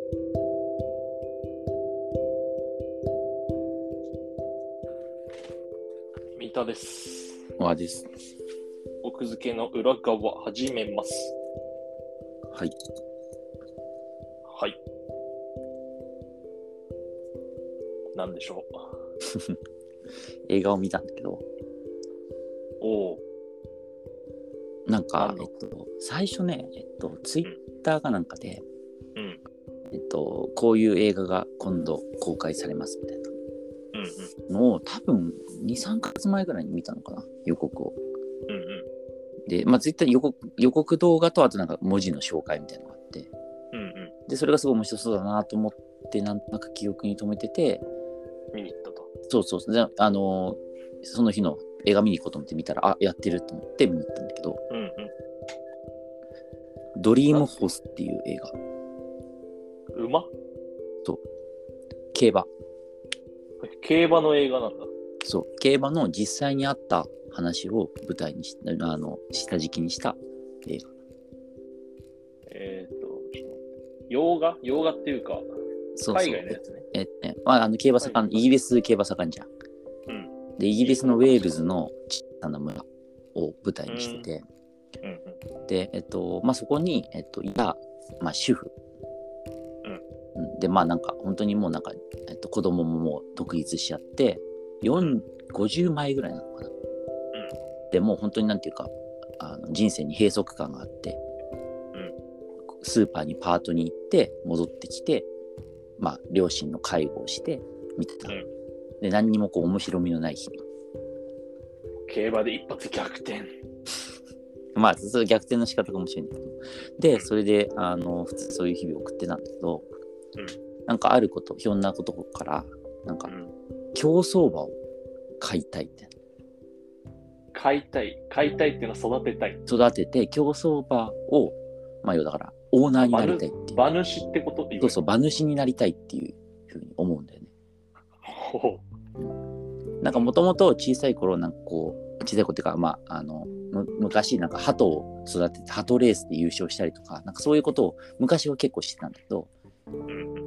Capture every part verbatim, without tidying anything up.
三田です。 わです。 奥付けの裏側始めます。 はい。 はい。なんでしょう。 映画を見たんだけど。 おお。 なんか、えっと、最初ね、えっと、ツイッターかなんかで、 うん。 えっと、こういう映画が今度公開されますみたいなのを、多分に、さんかげつまえぐらいに見たのかな、予告を。 うんうん。 で、まあ、ツイッター予告、予告動画と、あとなんか文字の紹介みたいなのがあって、 うんうん。 で、それがすごい面白そうだなと思って、なんとなく記憶に留めてて、 見に行ったと。 そうそうそう。で、あのー、その日の映画見に行こうと思って見たら、あ、やってると思って見に行ったんだけど、 うんうん。 ドリームホースっていう映画。 馬？ そう。競馬。 競馬の映画なんだ。 そう。競馬の実際にあった話を舞台にし、あの、下敷きにした映画。 えっ、ー、と、ちょっと待って。洋画？洋画っていうか、 そうそう海外のやつね。 えっとね、まあ、あの競馬盛ん、イギリス競馬盛んじゃん。 うん。 で、イギリスのウェールズの小さな村を舞台にしてて、 うんうん、 で、えっと、まあ、そこに、えっと、いた、まあ、主婦。うん。で、まあ、なんか、本当にもうなんか、えっと、子供ももう独立しちゃって、よん、ごじゅうまいぐらいなのかな。うん。で、もう本当になんていうか、あの人生に閉塞感があって、うん、スーパーにパートに行って戻ってきて、まあ、両親の介護をして見てた、うん、で何にもこう面白みのない日々。 競馬で一発逆転。 まあそれ逆転の仕方が面白いんだけど、でそれであの普通そういう日々を送ってたんだけど、うん、なんかあることひょんなことからなんか、うん、競走馬を飼いたいって。 飼いたい飼いたいっていうのは育てたい。 育てて競走馬を、まあ要だからオーナーになりたいっていう。 馬主ってこと？ そうそう、馬主になりたいっていうふうに思うんだよね。 ほう。なんかもともと小さい頃なんかこう小さい子っていうかまああの昔なんか鳩を育てて鳩レースで優勝したりとかなんかそういうことを昔は結構してたんだけど、うん、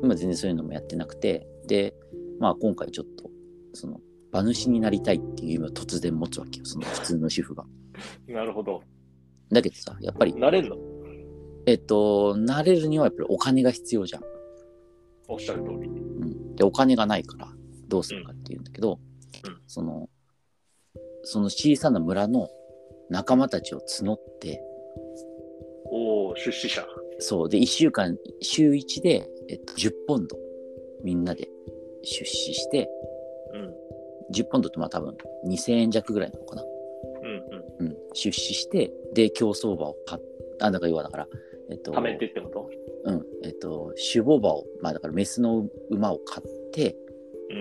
今全然そういうのもやってなくて、でまあ今回ちょっとその馬主になりたいっていう夢を突然持つわけよ、その普通の主婦が。 なるほど。 だけどさ、やっぱりなれんの？ えっとなれるにはやっぱりお金が必要じゃん。 おっしゃる通り。 うん、でお金がないからどうするかっていうんだけど、うん、そのその小さな村の仲間たちを募って、 おー、出資者。 そうでいっしゅうかん週いちで、えっと、じゅっポンドみんなで出資して、うん、じゅっポンドってまあ多分にせんえん弱ぐらいなのかな、うんうんうん、出資してで競走馬を買っあだから要はだからえっと貯めてってこと？ うんえっと種牡馬をまあだからメスの馬を買って、うん、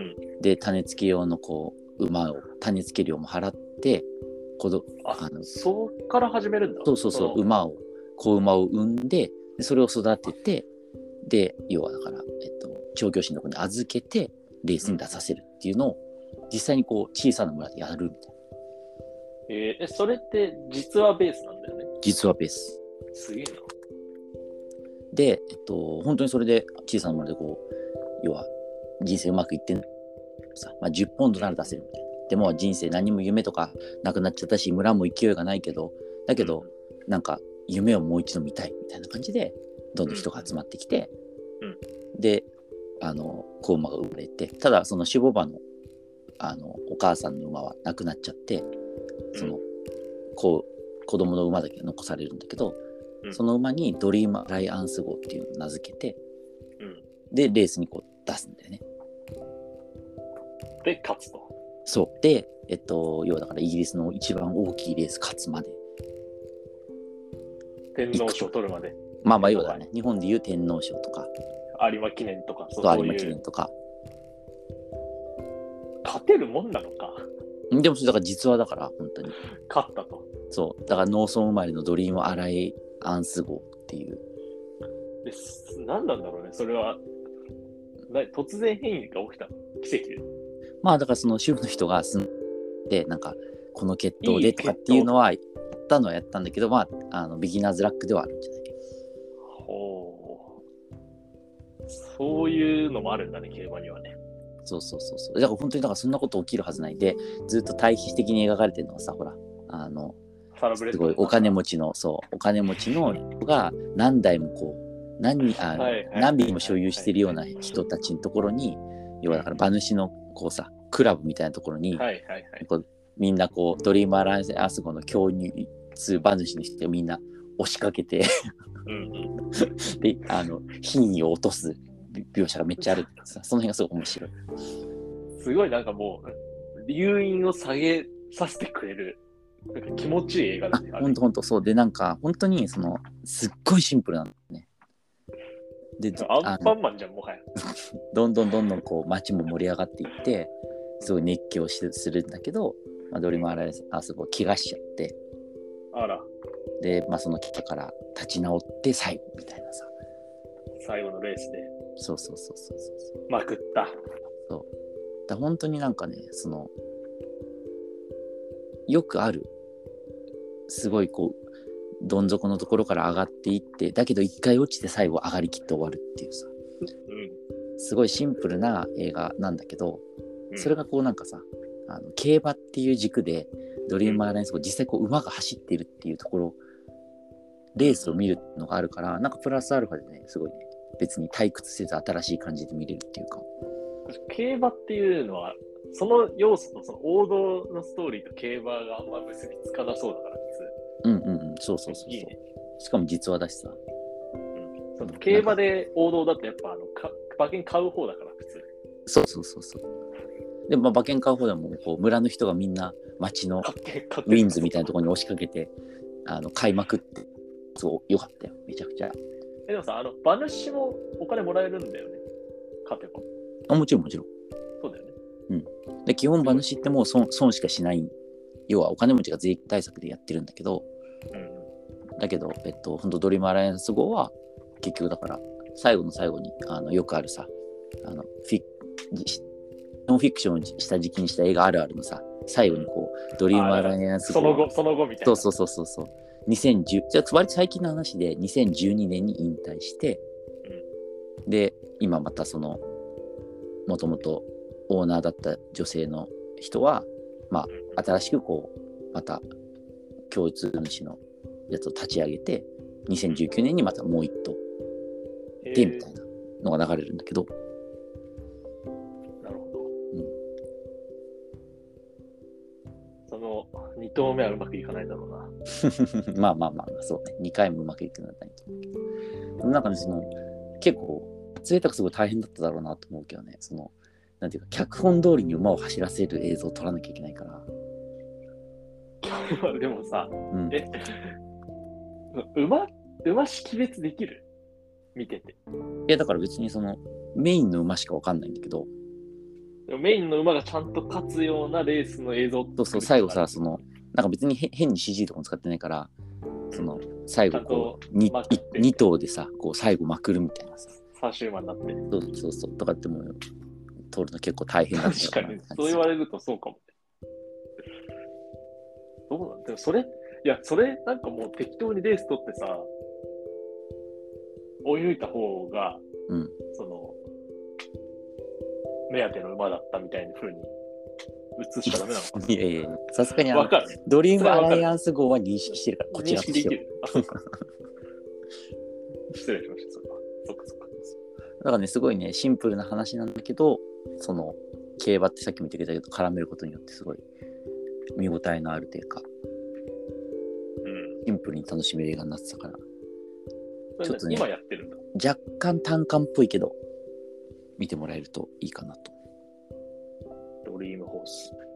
で種付け用のこう馬を種付け料も払って子どああのそっから始めるんだ。 そうそうそう馬を子馬を産んで、でそれを育てて、で要はだから、えっと、調教師のところに預けてレースに出させるっていうのを実際にこう小さな村でやるみたいな。 えー、それって実話ベースなんだよね。 実話ベース。 すげえな。 で、えっと、本当にそれで小さな村でこう要は人生うまくいってんさ、まあ、じゅっポンドなら出せるみたいな。でも人生何も夢とかなくなっちゃったし村も勢いがないけどだけど、うん、なんか夢をもう一度見たいみたいな感じでどんどん人が集まってきて、うんうん、であの子馬が生まれて、ただその種牡馬のあのお母さんの馬は亡くなっちゃってその、うん、こう子供の馬だけ残されるんだけど、うん、その馬にドリームアライアンス号っていうのを名付けて、うん、でレースにこう出すんだよね。 で勝つと。 そうでえっと要はだからイギリスの一番大きいレース勝つまで天皇賞取るまで。 まあまあ要はね、日本でいう天皇賞とか有馬記念とかそう有馬記念とか勝てるもんなのか。 でもそれだから実話だから本当に勝ったと。 そうだから農村生まれのドリームアライアンス号っていうで何なんだろうねそれは。突然変異が起きたの奇跡で。 まあだからその主婦の人が住んでなんかこの血統でとかっていうのはやったのはやったんだけど、まああのビギナーズラックではあるんじゃない。 ほそういうのもあるんだね、競馬にはね。 そうそうそうそう。だから本当にだからそんなこと起きるはずないで、ずっと対比的に描かれてるのはさ、ほら、あの、 サラブレッドすごいお金持ちの、そう、お金持ちの人が何台もこう、何あの、 はいはいはいはい何匹も所有してるような人たちのところに、要はだから馬主のこうさ、クラブみたいなところに、 はいはいはい。 こうみんなこう、ドリームアライアンス号の共入馬主にしてみんな押しかけてうんうん、 で、あの、品位を落とす描写がめっちゃあるってさ、その辺がすごい面白い。 すごいなんかもう、留飲を下げさせてくれる、なんか気持ちいい映画だね。 あ、ほんとほんと、そう。で、なんか、本当に、その、すっごいシンプルなんだね。で、 アンパンマンじゃん、もはや。 どんどんどんどんこう街も盛り上がっていってすごい熱狂しするんだけど、まあ、ドリームアライアンス号怪我しちゃって、 あら、 で、まあ、その怪我から立ち直って最後みたいなさ。 最後のレースでそうそうそうそうそうまくった。 そうだ本当になんかね、そのよくあるすごいこうどん底のところから上がっていって、だけど一回落ちて最後上がりきって終わるっていうさ、 うん、 すごいシンプルな映画なんだけど、 うん、 それがこうなんかさ、あの競馬っていう軸でドリームアライアンス号実際こう馬が走っているっていうところ、レースを見るのがあるから、なんかプラスアルファでね、すごいね、別に退屈せず新しい感じで見れるっていうか。 競馬っていうのはその要素とその王道のストーリーと競馬があんま結びつかなそうだから普通。 うんうんうん、そうそうそうそう。 いいね。 しかも実話だしさ。 うん、その競馬で王道だとやっぱあのか馬券買う方だから普通。 そうそうそうそう。でもまあ馬券買う方でもこう村の人がみんな町のウィンズみたいなところに押しかけてあの買いまくって、すごい良かったよ、めちゃくちゃ。 えでもさ、あの馬主もお金もらえるんだよね、勝てば。 あ、もちろんもちろん。 そうだよね。 うん。で基本馬主ってもう損損しかしない。要はお金持ちが税金対策でやってるんだけど、うん、だけど、えっと、本当ドリームアライアンス号は結局だから最後の最後にあのよくあるさ、あのフィノンフィクションをした時期にした映画あるあるのさ、最後にこうドリームアライアンス号その後その後みたいな。 そうそうそうそうにせんじゅう、じゃあ割と最近の話でにせんじゅうにねんに引退して、うん、で今またそのもともとオーナーだった女性の人はまあ新しくこうまた共通主のやつを立ち上げてにせんじゅうきゅうねんにまたもう一頭でみたいなのが流れるんだけど、 なるほど、うん、そのに頭目はうまくいかないだろうなまあまあまあそうね、にかいもうまくいくのはないと思うけど、なんかねその結構贅沢すごい大変だっただろうなと思うけどね、そのなんていうか脚本通りに馬を走らせる映像を撮らなきゃいけないからでもさ、 うん、 え馬馬識別できる？見てて。 いやだから別にそのメインの馬しかわかんないんだけど、 でもメインの馬がちゃんと勝つようなレースの映像。 そうそう、最後さ、そのなんか別に変に シージー とかも使ってないから、その最後こう 2, 2頭でさこう最後まくるみたいなさ、 さん周馬になって。 そうそうそうとかっても撮るの結構大変だった。 確かにそう言われるとそうかも。どうなんでもそれいやそれなんかもう適当にレース取ってさ追い抜いた方が、 うん、 その目当ての馬だったみたいな風に映しちゃダメなのかな。いやいやさすがにあドリームアライアンス号は認識してるからこちらとしては。 失礼しました。それはそっかそっか。 だからねすごいねシンプルな話なんだけど、その競馬ってさっきも言ってくれたけど絡めることによってすごい見応えのあるというか、うん、シンプルに楽しめる映画になってたから、 ちょっとね今やってるんだ。 若干単館っぽいけど見てもらえるといいかなと。 ドリームホース。